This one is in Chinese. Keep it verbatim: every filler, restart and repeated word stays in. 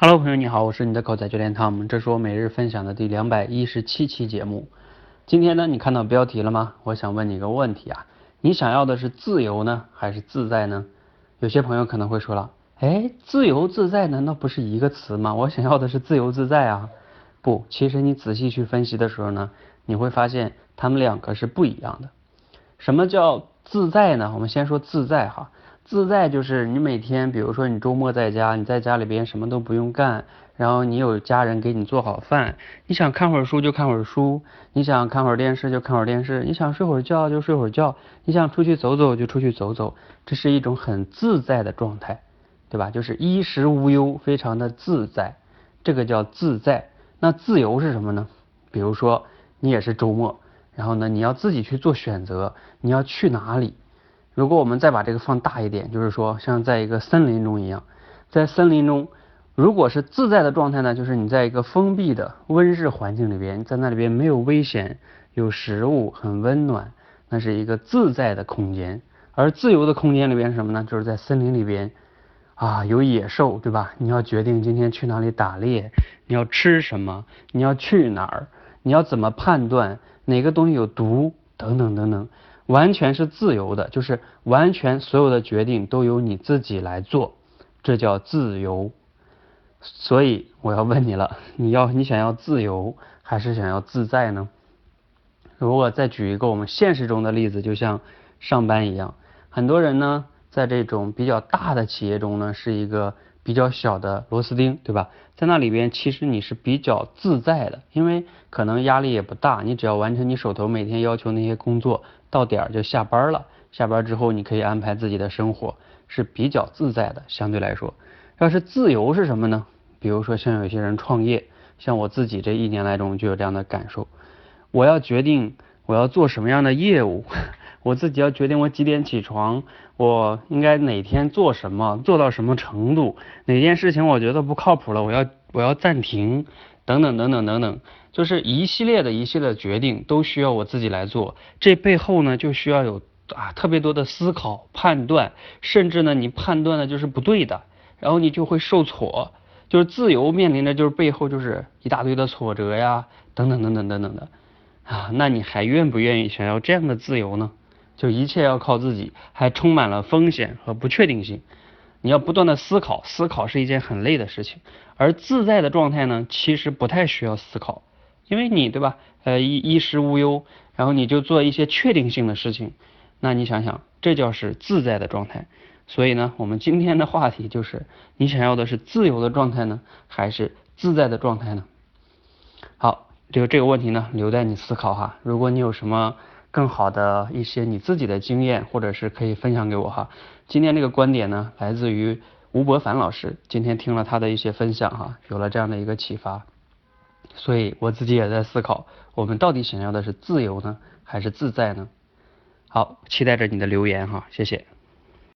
Hello，朋友你好，我是你的口才教练汤姆，这是我每日分享的第两百一十七期节目。今天呢，你看到标题了吗？我想问你一个问题啊，你想要的是自由呢，还是自在呢？有些朋友可能会说了，哎，自由自在难道不是一个词吗？我想要的是自由自在啊。不，其实你仔细去分析的时候呢，你会发现它们两个是不一样的。什么叫自在呢？我们先说自在哈。自在就是你每天，比如说你周末在家，你在家里边什么都不用干，然后你有家人给你做好饭，你想看会儿书就看会儿书，你想看会儿电视就看会儿电视，你想睡会儿觉就睡会儿觉，你想出去走走就出去走走，这是一种很自在的状态，对吧？就是衣食无忧，非常的自在，这个叫自在。那自由是什么呢？比如说你也是周末，然后呢你要自己去做选择，你要去哪里？如果我们再把这个放大一点，就是说像在一个森林中一样，在森林中，如果是自在的状态呢，就是你在一个封闭的温室环境里边，在那里边没有危险，有食物，很温暖，那是一个自在的空间。而自由的空间里边是什么呢？就是在森林里边啊，有野兽，对吧？你要决定今天去哪里打猎，你要吃什么，你要去哪儿，你要怎么判断哪个东西有毒，等等等等。完全是自由的，就是完全所有的决定都由你自己来做，这叫自由。所以我要问你了，你要你想要自由还是想要自在呢？如果再举一个我们现实中的例子，就像上班一样，很多人呢在这种比较大的企业中呢是一个比较小的螺丝钉，对吧？在那里边其实你是比较自在的，因为可能压力也不大，你只要完成你手头每天要求那些工作，到点儿就下班了。下班之后你可以安排自己的生活，是比较自在的，相对来说。要是自由是什么呢？比如说像有些人创业，像我自己这一年来中就有这样的感受。我要决定我要做什么样的业务，我自己要决定我几点起床，我应该哪天做什么，做到什么程度，哪件事情我觉得不靠谱了，我要我要暂停，等等等等等等，就是一系列的一系列的决定都需要我自己来做，这背后呢就需要有啊特别多的思考、判断，甚至呢你判断的就是不对的，然后你就会受挫。就是自由面临的就是背后就是一大堆的挫折呀，等等等等等等的。啊，那你还愿不愿意想要这样的自由呢？就一切要靠自己，还充满了风险和不确定性。你要不断的思考，思考是一件很累的事情。而自在的状态呢，其实不太需要思考，因为你对吧？呃，衣衣食无忧，然后你就做一些确定性的事情。那你想想，这叫是自在的状态。所以呢，我们今天的话题就是：你想要的是自由的状态呢，还是自在的状态呢？好，这个这个问题呢，留待你思考哈。如果你有什么更好的一些你自己的经验，或者是可以分享给我哈。今天这个观点呢，来自于吴伯凡老师，今天听了他的一些分享哈，有了这样的一个启发。所以我自己也在思考，我们到底想要的是自由呢，还是自在呢？好，期待着你的留言哈，谢谢。